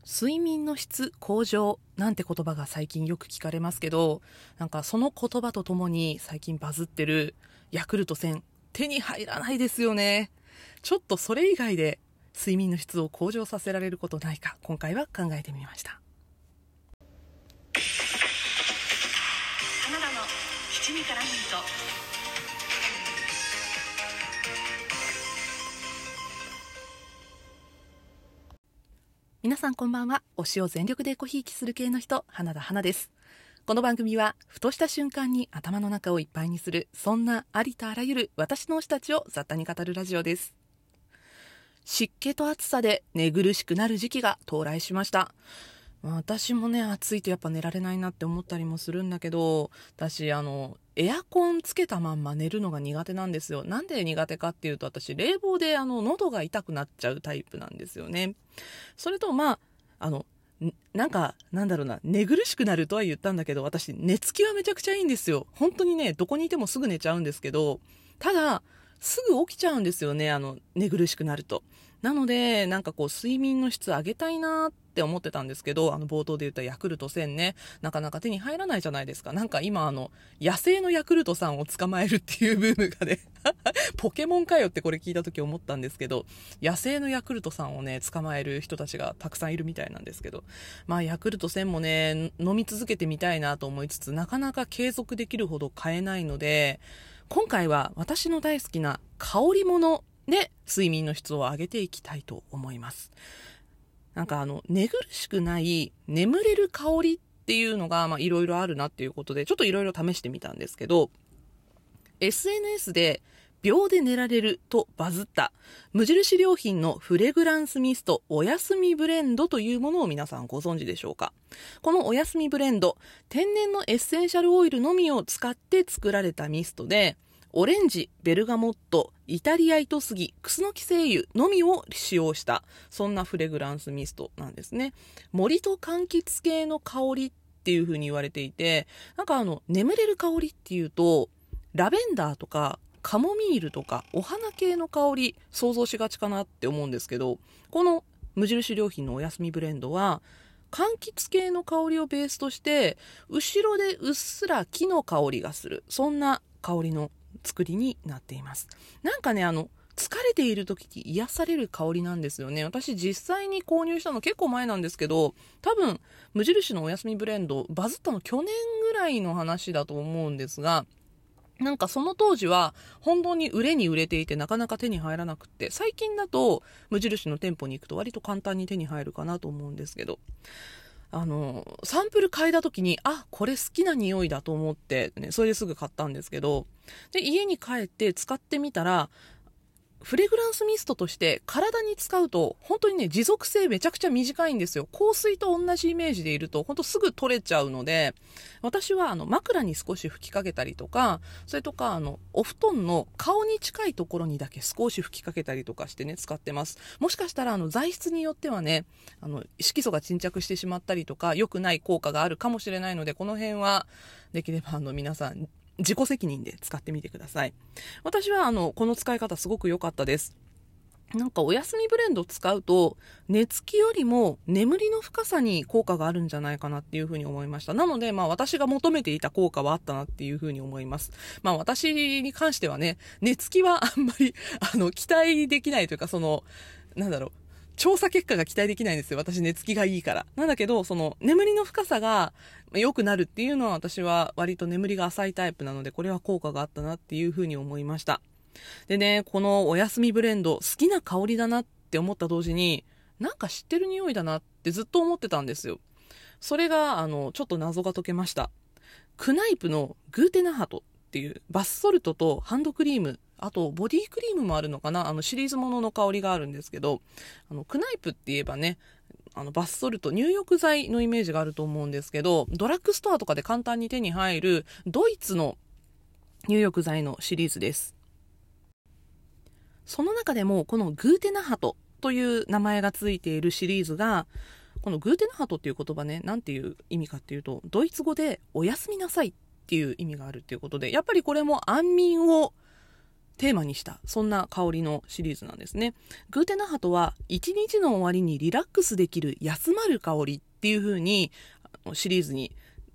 睡眠の質向上なんて言葉が最近よく聞かれますけど、なんかその言葉とともに最近バズってるヤクルト1000、手に入らないですよね。ちょっとそれ以外で睡眠の質を向上させられることないか、今回は考えてみました。 花田の七味からミント。 皆さんこんばんは。推しを全力でごひいきする系の人、花田花です。この番組はふとした瞬間に頭の中をいっぱいにする、そんなありとあらゆる私の推したちを雑多に語るラジオです。湿気と暑さで寝苦しくなる時期が到来しました。私もね、暑いとやっぱ寝られないなって思ったりもするんだけど、私エアコンつけたまんま寝るのが苦手なんですよ。なんで苦手かっていうと、私冷房で喉が痛くなっちゃうタイプなんですよね。それと寝苦しくなるとは言ったんだけど、私寝つきはめちゃくちゃいいんですよ。本当にね、どこにいてもすぐ寝ちゃうんですけど、ただすぐ起きちゃうんですよね、寝苦しくなると。なので睡眠の質上げたいなって思ってたんですけど、冒頭で言ったヤクルト1000ね、なかなか手に入らないじゃないですか。今野生のヤクルトさんを捕まえるっていうブームがねポケモンかよってこれ聞いた時思ったんですけど、野生のヤクルトさんをね捕まえる人たちがたくさんいるみたいなんですけど、ヤクルト1000もね飲み続けてみたいなと思いつつ、なかなか継続できるほど買えないので、今回は私の大好きな香り物で睡眠の質を上げていきたいと思います。寝苦しくない眠れる香りっていうのがいろいろあるなっていうことで、ちょっといろいろ試してみたんですけど、 SNS で秒で寝られるとバズった無印良品のフレグランスミストおやすみブレンドというものを皆さんご存知でしょうか。このおやすみブレンド、天然のエッセンシャルオイルのみを使って作られたミストで、オレンジ、ベルガモット、イタリア糸杉、クスノキ精油のみを使用した、そんなフレグランスミストなんですね。森と柑橘系の香りっていう風に言われていて、眠れる香りっていうとラベンダーとかカモミールとかお花系の香り想像しがちかなって思うんですけど、この無印良品のおやすみブレンドは柑橘系の香りをベースとして、後ろでうっすら木の香りがする、そんな香りの作りになっています。疲れている時に癒される香りなんですよね。私実際に購入したの結構前なんですけど、多分無印のおやすみブレンドバズったの去年ぐらいの話だと思うんですが、その当時は本当に売れに売れていて、なかなか手に入らなくって、最近だと無印の店舗に行くと割と簡単に手に入るかなと思うんですけど、サンプル嗅いだ時に、これ好きな匂いだと思ってね、それですぐ買ったんですけど、で家に帰って使ってみたら、フレグランスミストとして体に使うと本当にね、持続性めちゃくちゃ短いんですよ。香水と同じイメージでいると本当すぐ取れちゃうので、私は枕に少し吹きかけたりとか、それとかお布団の顔に近いところにだけ少し吹きかけたりとかしてね、使ってます。もしかしたら材質によってはね、色素が沈着してしまったりとか良くない効果があるかもしれないので、この辺はできれば皆さん自己責任で使ってみてください。私はこの使い方すごく良かったです。おやすみブレンドを使うと寝つきよりも眠りの深さに効果があるんじゃないかなっていうふうに思いました。なので私が求めていた効果はあったなっていうふうに思います。私に関してはね、寝つきはあんまり期待できないというか、調査結果が期待できないんですよ。私寝つきがいいから。なんだけど、眠りの深さが良くなるっていうのは、私は割と眠りが浅いタイプなので、これは効果があったなっていうふうに思いました。でね、このおやすみブレンド、好きな香りだなって思った同時に、知ってる匂いだなってずっと思ってたんですよ。それが、ちょっと謎が解けました。クナイプのグーテナハトっていうバスソルトとハンドクリーム、あとボディクリームもあるのかな、シリーズものの香りがあるんですけど、クナイプって言えばね、バスソルト、入浴剤のイメージがあると思うんですけど、ドラッグストアとかで簡単に手に入るドイツの入浴剤のシリーズです。その中でもこのグーテナハトという名前がついているシリーズが、このグーテナハトっていう言葉ね、なんていう意味かっていうと、ドイツ語でおやすみなさいっていう意味があるっていうことで、やっぱりこれも安眠をテーマにしたそんな香りのシリーズなんですね。グーテナハトは一日の終わりにリラックスできる休まる香りっていう風にシリーズに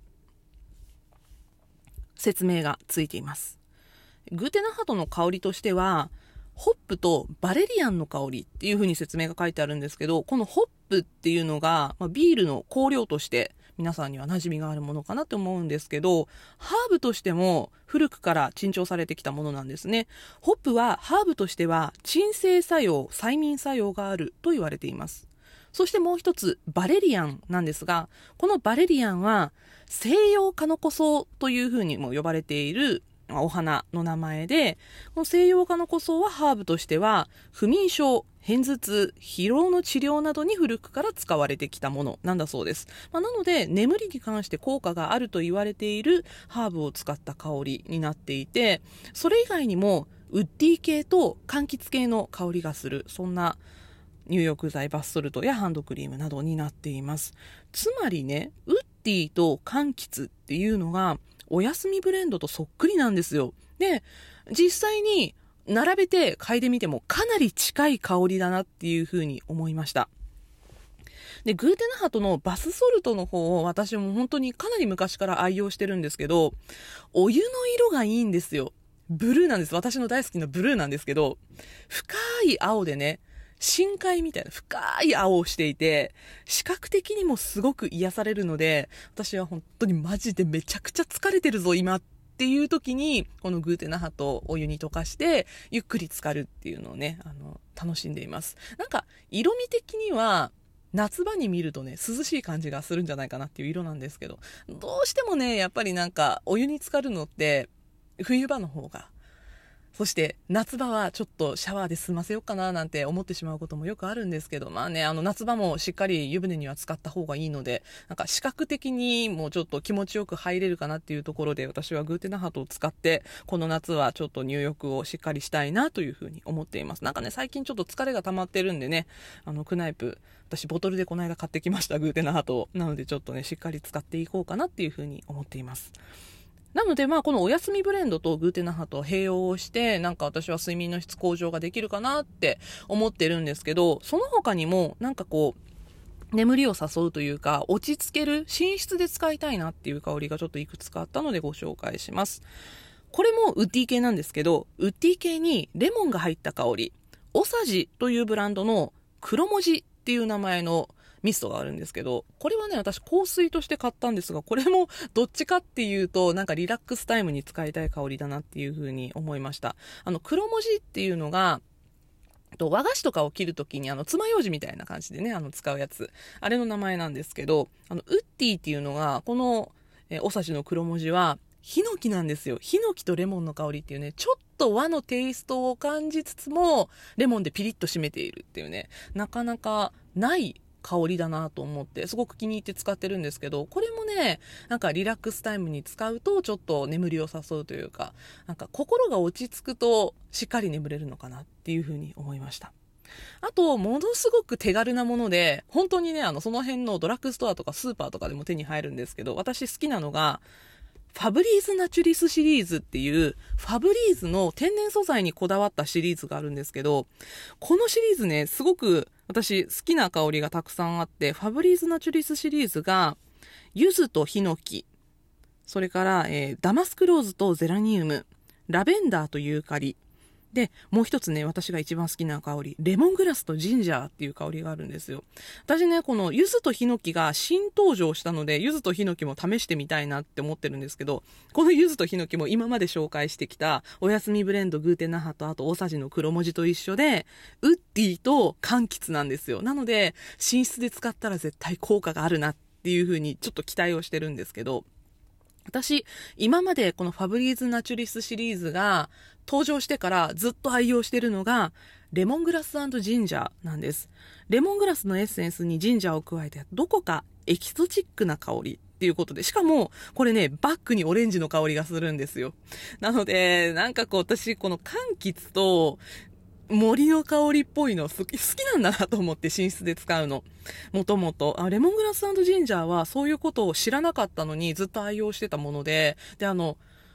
説明がついています。グーテナハトの香りとしてはホップとバレリアンの香りっていう風に説明が書いてあるんですけど、このホップっていうのが、ビールの香料として皆さんには馴染みがあるものかなと思うんですけど、ハーブとしても古くから珍重されてきたものなんですね。ホップはハーブとしては鎮静作用、催眠作用があると言われています。そしてもう一つバレリアンなんですが、このバレリアンは西洋カノコソウというふうにも呼ばれているお花の名前で、この西洋カノコソウはハーブとしては不眠症、片頭痛、疲労の治療などに古くから使われてきたものなんだそうです。なので眠りに関して効果があると言われているハーブを使った香りになっていて、それ以外にもウッディ系と柑橘系の香りがする、そんな入浴剤、バスソルトやハンドクリームなどになっています。つまりね、ウッディと柑橘っていうのがお休みブレンドとそっくりなんですよ。で、実際に並べて嗅いでみてもかなり近い香りだなっていうふうに思いました。で、グーテナハトのバスソルトの方を私も本当にかなり昔から愛用してるんですけど、お湯の色がいいんですよ。ブルーなんです。私の大好きなブルーなんですけど、深い青でね、深海みたいな深い青をしていて、視覚的にもすごく癒されるので、私は本当にマジでめちゃくちゃ疲れてるぞ今っていう時に、このグーテナハトをお湯に溶かしてゆっくり浸かるっていうのをね、楽しんでいます。なんか色味的には夏場に見るとね、涼しい感じがするんじゃないかなっていう色なんですけど、どうしてもね、やっぱりなんかお湯に浸かるのって冬場の方が、そして夏場はちょっとシャワーで済ませようかななんて思ってしまうこともよくあるんですけど、夏場もしっかり湯船には浸かった方がいいので、なんか視覚的にもちょっと気持ちよく入れるかなっていうところで、私はグーテナハトを使ってこの夏はちょっと入浴をしっかりしたいなというふうに思っています。なんかね、最近ちょっと疲れが溜まってるんでね、クナイプ、私ボトルでこの間買ってきました、グーテナハトを。なのでちょっとね、しっかり使っていこうかなっていうふうに思っています。なのでこのお休みブレンドとグーテナハトを併用をして、なんか私は睡眠の質向上ができるかなって思ってるんですけど、その他にもなんかこう眠りを誘うというか落ち着ける、寝室で使いたいなっていう香りがちょっといくつかあったのでご紹介します。これもウッディ系なんですけど、ウッディ系にレモンが入った香り、オサジというブランドの黒文字っていう名前のミストがあるんですけど、これはね、私香水として買ったんですが、これもどっちかっていうとなんかリラックスタイムに使いたい香りだなっていう風に思いました。黒文字っていうのが和菓子とかを切るときに爪楊枝みたいな感じでね、使うやつ、あれの名前なんですけど、ウッディっていうのがこのオサジの黒文字はヒノキなんですよ。ヒノキとレモンの香りっていうね、ちょっと和のテイストを感じつつもレモンでピリッと締めているっていうね、なかなかない香りだなと思ってすごく気に入って使ってるんですけど、これもね、なんかリラックスタイムに使うとちょっと眠りを誘うというか、なんか心が落ち着くとしっかり眠れるのかなっていうふうに思いました。あとものすごく手軽なもので、本当にね、その辺のドラッグストアとかスーパーとかでも手に入るんですけど、私好きなのがファブリーズナチュリスシリーズっていうファブリーズの天然素材にこだわったシリーズがあるんですけど、このシリーズね、すごく私好きな香りがたくさんあって、ファブリーズナチュリスシリーズが柚子とヒノキ、それから、ダマスクローズとゼラニウム、ラベンダーとユーカリで、もう一つね、私が一番好きな香り、レモングラスとジンジャーっていう香りがあるんですよ。私ね、この柚子とヒノキが新登場したので、柚子とヒノキも試してみたいなって思ってるんですけど、この柚子とヒノキも今まで紹介してきたおやすみブレンド、グーテナハとあと大さじの黒文字と一緒で、ウッディと柑橘なんですよ。なので寝室で使ったら絶対効果があるなっていう風にちょっと期待をしてるんですけど、私今までこのファブリーズナチュリスシリーズが登場してからずっと愛用してるのがレモングラス&ジンジャーなんです。レモングラスのエッセンスにジンジャーを加えて、どこかエキゾチックな香りっていうことで、しかもこれね、バックにオレンジの香りがするんですよ。なのでなんかこう、私この柑橘と森の香りっぽいの好きなんだなと思って、寝室で使うの。もともとレモングラス&ジンジャーはそういうことを知らなかったのにずっと愛用してたもので、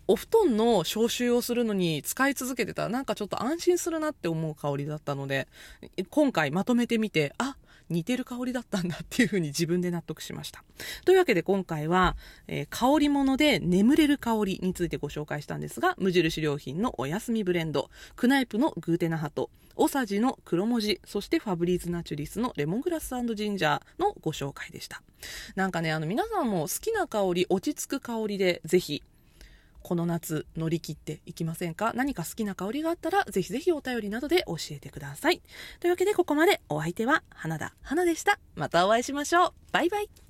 お布団の消臭をするのに使い続けてたらなんかちょっと安心するなって思う香りだったので、今回まとめてみて、似てる香りだったんだっていうふうに自分で納得しました。というわけで今回は、香り物で眠れる香りについてご紹介したんですが、無印良品のおやすみブレンド、クナイプのグーテナハト、オサジの黒文字、そしてファブリーズナチュリスのレモングラス&ジンジャーのご紹介でした。なんかね、皆さんも好きな香り、落ち着く香りでぜひこの夏乗り切っていきませんか？何か好きな香りがあったらぜひぜひお便りなどで教えてください。というわけでここまでお相手は花田花でした。またお会いしましょう。バイバイ。